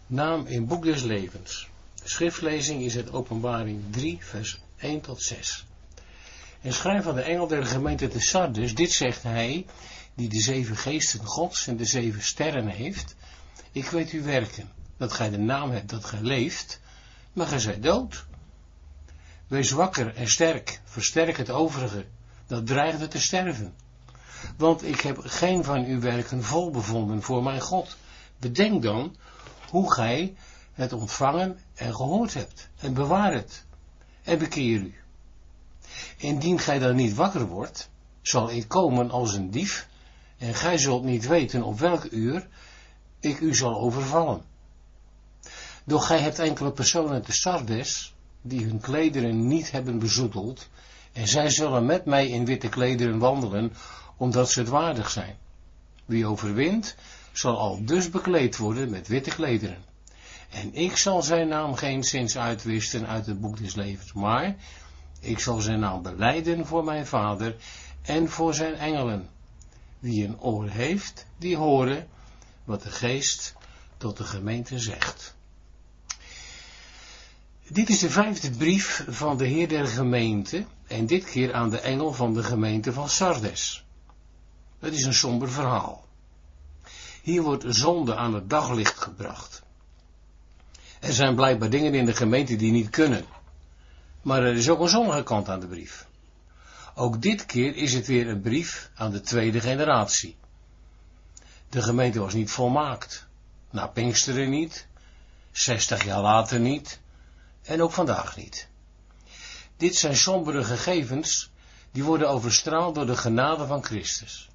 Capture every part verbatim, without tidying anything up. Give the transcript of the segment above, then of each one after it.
Naam in Boek des Levens. De schriftlezing is uit Openbaring drie, vers één tot zes. En schrijf aan de engel der gemeente te Sardes, dit zegt hij, die de zeven geesten Gods en de zeven sterren heeft. Ik weet uw werken, dat gij de naam hebt dat gij leeft, maar gij zijt dood. Wees wakker en sterk, versterk het overige, dat dreigde te sterven. Want ik heb geen van uw werken vol bevonden voor mijn God. Bedenk dan hoe gij het ontvangen en gehoord hebt, en bewaar het, en bekeer u. Indien gij dan niet wakker wordt, zal ik komen als een dief, en gij zult niet weten op welk uur ik u zal overvallen. Doch gij hebt enkele personen te Sardes, die hun klederen niet hebben bezoedeld, en zij zullen met mij in witte klederen wandelen, omdat ze het waardig zijn. Wie overwint, zal al dus bekleed worden met witte klederen. En ik zal zijn naam geenszins uitwisten uit het boek des levens, maar ik zal zijn naam belijden voor mijn Vader en voor zijn engelen. Wie een oor heeft, die horen wat de Geest tot de gemeente zegt. Dit is de vijfde brief van de Heer der gemeente, en dit keer aan de engel van de gemeente van Sardes. Het is een somber verhaal. Hier wordt zonde aan het daglicht gebracht. Er zijn blijkbaar dingen in de gemeente die niet kunnen. Maar er is ook een zonnige kant aan de brief. Ook dit keer is het weer een brief aan de tweede generatie. De gemeente was niet volmaakt. Na Pinksteren niet. zestig jaar later niet. En ook vandaag niet. Dit zijn sombere gegevens die worden overstraald door de genade van Christus.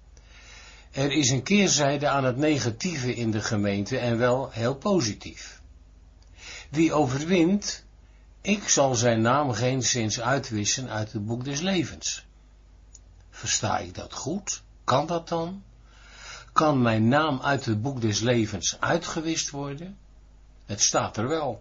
Er is een keerzijde aan het negatieve in de gemeente en wel heel positief. Wie overwint, ik zal zijn naam geenszins uitwissen uit het boek des levens. Versta ik dat goed? Kan dat dan? Kan mijn naam uit het boek des levens uitgewist worden? Het staat er wel.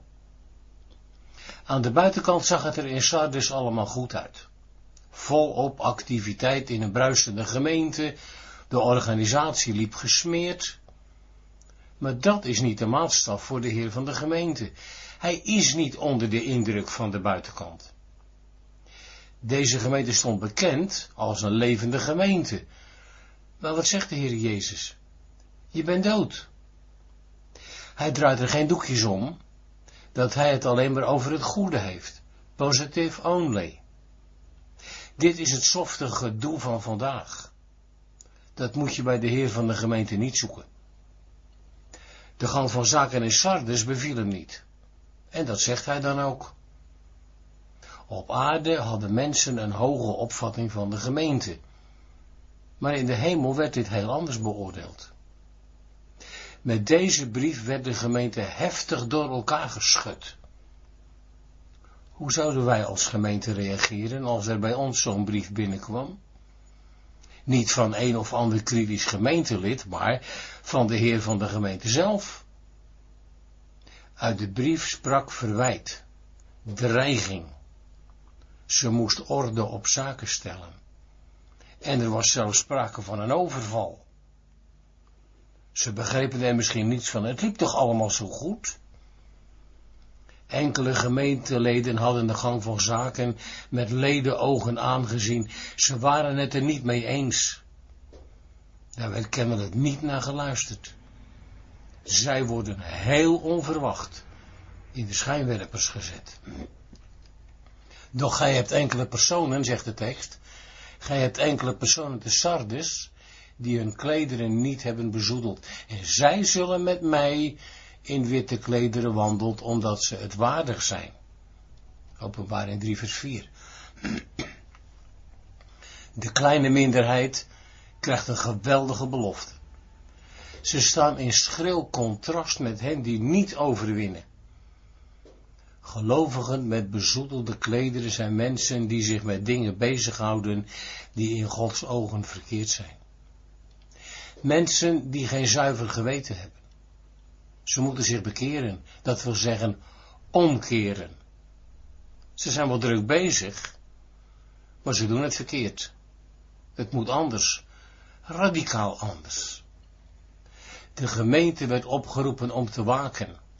Aan de buitenkant zag het er in Sardes allemaal goed uit. Volop activiteit in een bruisende gemeente, de organisatie liep gesmeerd. Maar dat is niet de maatstaf voor de Heer van de gemeente. Hij is niet onder de indruk van de buitenkant. Deze gemeente stond bekend als een levende gemeente. Maar wat zegt de Heer Jezus? Je bent dood. Hij draait er geen doekjes om, dat hij het alleen maar over het goede heeft. Positive only. Dit is het softige doel van vandaag. Dat moet je bij de Heer van de gemeente niet zoeken. De gang van zaken in Sardes beviel hem niet. En dat zegt hij dan ook. Op aarde hadden mensen een hoge opvatting van de gemeente. Maar in de hemel werd dit heel anders beoordeeld. Met deze brief werd de gemeente heftig door elkaar geschud. Hoe zouden wij als gemeente reageren als er bij ons zo'n brief binnenkwam? Niet van een of ander kritisch gemeentelid, maar van de Heer van de gemeente zelf. Uit de brief sprak verwijt, dreiging. Ze moest orde op zaken stellen. En er was zelfs sprake van een overval. Ze begrepen er misschien niets van, het liep toch allemaal zo goed? Enkele gemeenteleden hadden de gang van zaken met ledenogen aangezien. Ze waren het er niet mee eens. Daar werd kennelijk niet naar geluisterd. Zij worden heel onverwacht in de schijnwerpers gezet. Doch gij hebt enkele personen, zegt de tekst, gij hebt enkele personen te Sardes, die hun klederen niet hebben bezoedeld. En zij zullen met mij in witte klederen wandelt, omdat ze het waardig zijn. Openbaring drie vers vier. De kleine minderheid krijgt een geweldige belofte. Ze staan in schril contrast met hen die niet overwinnen. Gelovigen met bezoedelde klederen zijn mensen die zich met dingen bezighouden die in Gods ogen verkeerd zijn. Mensen die geen zuiver geweten hebben. Ze moeten zich bekeren, dat wil zeggen omkeren. Ze zijn wel druk bezig, maar ze doen het verkeerd. Het moet anders, radicaal anders. De gemeente werd opgeroepen om te waken,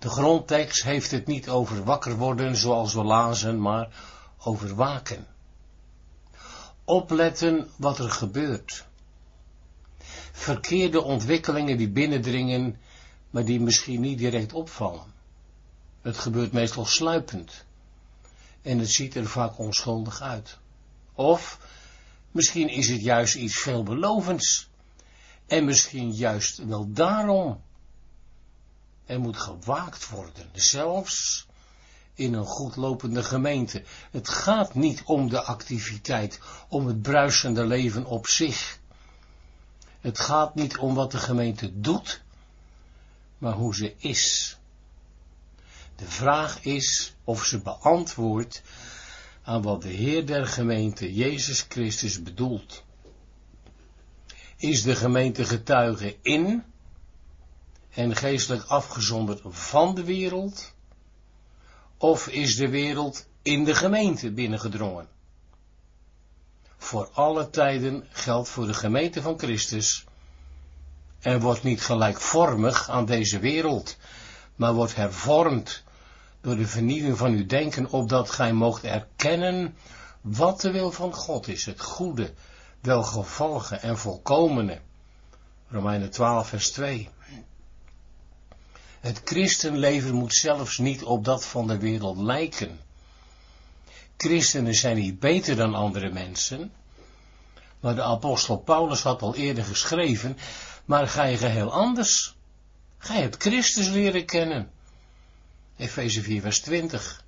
De grondtekst heeft het niet over wakker worden zoals we lazen, maar over waken. Opletten wat er gebeurt. Verkeerde ontwikkelingen die binnendringen, maar die misschien niet direct opvallen. Het gebeurt meestal sluipend. En het ziet er vaak onschuldig uit. Of misschien is het juist iets veelbelovends. En misschien juist wel daarom. Er moet gewaakt worden, zelfs in een goed lopende gemeente. Het gaat niet om de activiteit, om het bruisende leven op zich. Het gaat niet om wat de gemeente doet, maar hoe ze is. De vraag is of ze beantwoordt aan wat de Heer der gemeente, Jezus Christus, bedoelt. Is de gemeente getuige in en geestelijk afgezonderd van de wereld, of is de wereld in de gemeente binnengedrongen? Voor alle tijden geldt voor de gemeente van Christus, en wordt niet gelijkvormig aan deze wereld, maar wordt hervormd door de vernieuwing van uw denken, opdat gij moogt erkennen wat de wil van God is, het goede, welgevallige en volkomene. Romeinen twaalf vers twee. Het christenleven moet zelfs niet op dat van de wereld lijken. Christenen zijn niet beter dan andere mensen, maar de apostel Paulus had al eerder geschreven, maar ga je geheel anders. Gij hebt Christus leren kennen. Efeze vier vers twintig.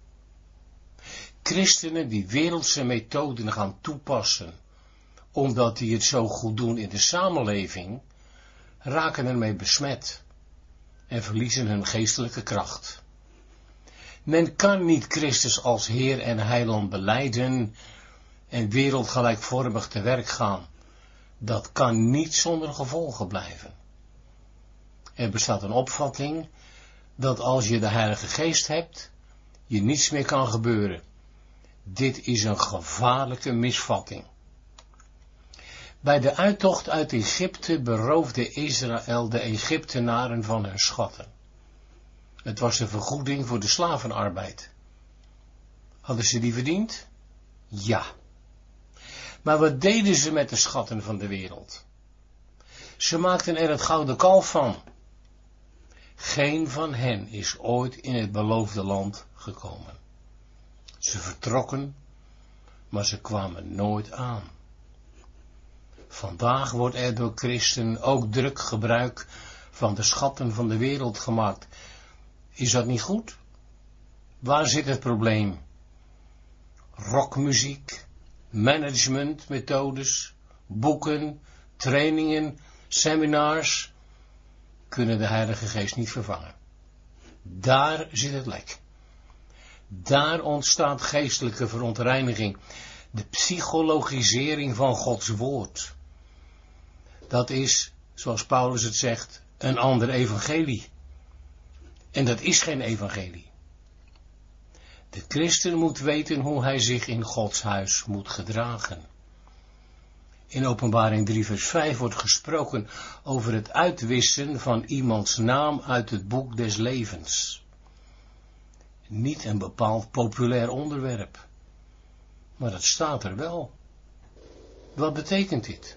Christenen die wereldse methoden gaan toepassen, omdat die het zo goed doen in de samenleving, raken ermee besmet en verliezen hun geestelijke kracht. Men kan niet Christus als Heer en Heiland belijden en wereldgelijkvormig te werk gaan. Dat kan niet zonder gevolgen blijven. Er bestaat een opvatting dat als je de Heilige Geest hebt, je niets meer kan gebeuren. Dit is een gevaarlijke misvatting. Bij de uittocht uit Egypte beroofde Israël de Egyptenaren van hun schatten. Het was de vergoeding voor de slavenarbeid. Hadden ze die verdiend? Ja. Maar wat deden ze met de schatten van de wereld? Ze maakten er het gouden kalf van. Geen van hen is ooit in het beloofde land gekomen. Ze vertrokken, maar ze kwamen nooit aan. Vandaag wordt er door christenen ook druk gebruik van de schatten van de wereld gemaakt. Is dat niet goed? Waar zit het probleem? Rockmuziek, managementmethodes, boeken, trainingen, seminars kunnen de Heilige Geest niet vervangen. Daar zit het lek. Daar ontstaat geestelijke verontreiniging, de psychologisering van Gods woord. Dat is, zoals Paulus het zegt, een ander evangelie. En dat is geen evangelie. De christen moet weten hoe hij zich in Gods huis moet gedragen. In Openbaring drie vers vijf wordt gesproken over het uitwissen van iemands naam uit het boek des levens. Niet een bepaald populair onderwerp, maar dat staat er wel. Wat betekent dit?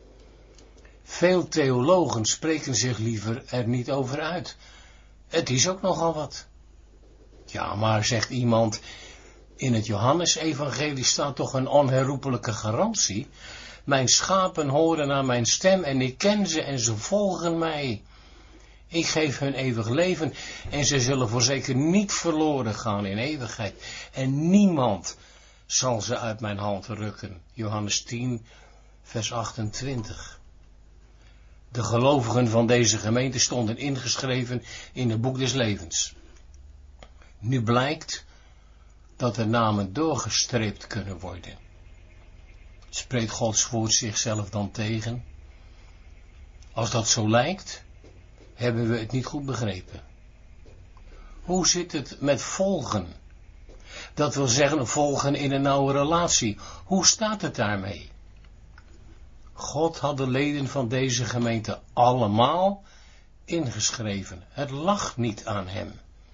Veel theologen spreken zich liever er niet over uit. Het is ook nogal wat. Ja, maar zegt iemand, in het Johannesevangelie staat toch een onherroepelijke garantie. Mijn schapen horen naar mijn stem en ik ken ze en ze volgen mij. Ik geef hun eeuwig leven en ze zullen voorzeker niet verloren gaan in eeuwigheid. En niemand zal ze uit mijn hand rukken. Johannes tien, vers achtentwintig. De gelovigen van deze gemeente stonden ingeschreven in het boek des levens. Nu blijkt dat de namen doorgestreept kunnen worden. Spreekt Gods woord zichzelf dan tegen? Als dat zo lijkt, hebben we het niet goed begrepen. Hoe zit het met volgen? Dat wil zeggen volgen in een nauwe relatie. Hoe staat het daarmee? God had de leden van deze gemeente allemaal ingeschreven. Het lag niet aan hem.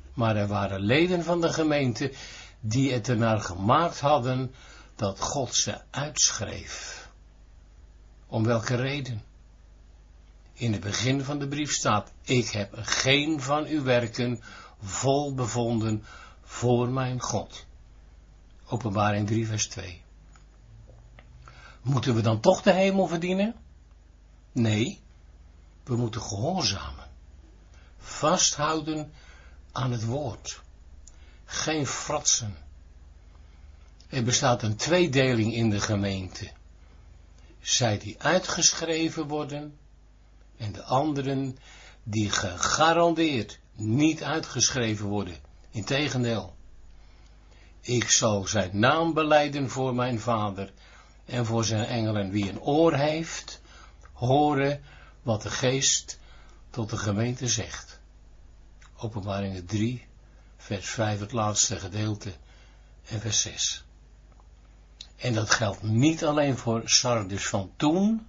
Maar er waren leden van de gemeente die het ernaar gemaakt hadden dat God ze uitschreef. Om welke reden? In het begin van de brief staat, ik heb geen van uw werken vol bevonden voor mijn God. Openbaring drie vers twee. Moeten we dan toch de hemel verdienen? Nee, we moeten gehoorzamen. Vasthouden aan het woord. Geen fratsen. Er bestaat een tweedeling in de gemeente. Zij die uitgeschreven worden en de anderen die gegarandeerd niet uitgeschreven worden. Integendeel. Ik zal zijn naam belijden voor mijn Vader en voor zijn engelen. Wie een oor heeft, horen wat de Geest tot de gemeente zegt. Openbaringen drie, vers vijf, het laatste gedeelte, en vers zes. En dat geldt niet alleen voor Sardis van toen,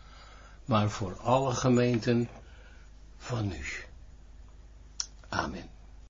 maar voor alle gemeenten van nu. Amen.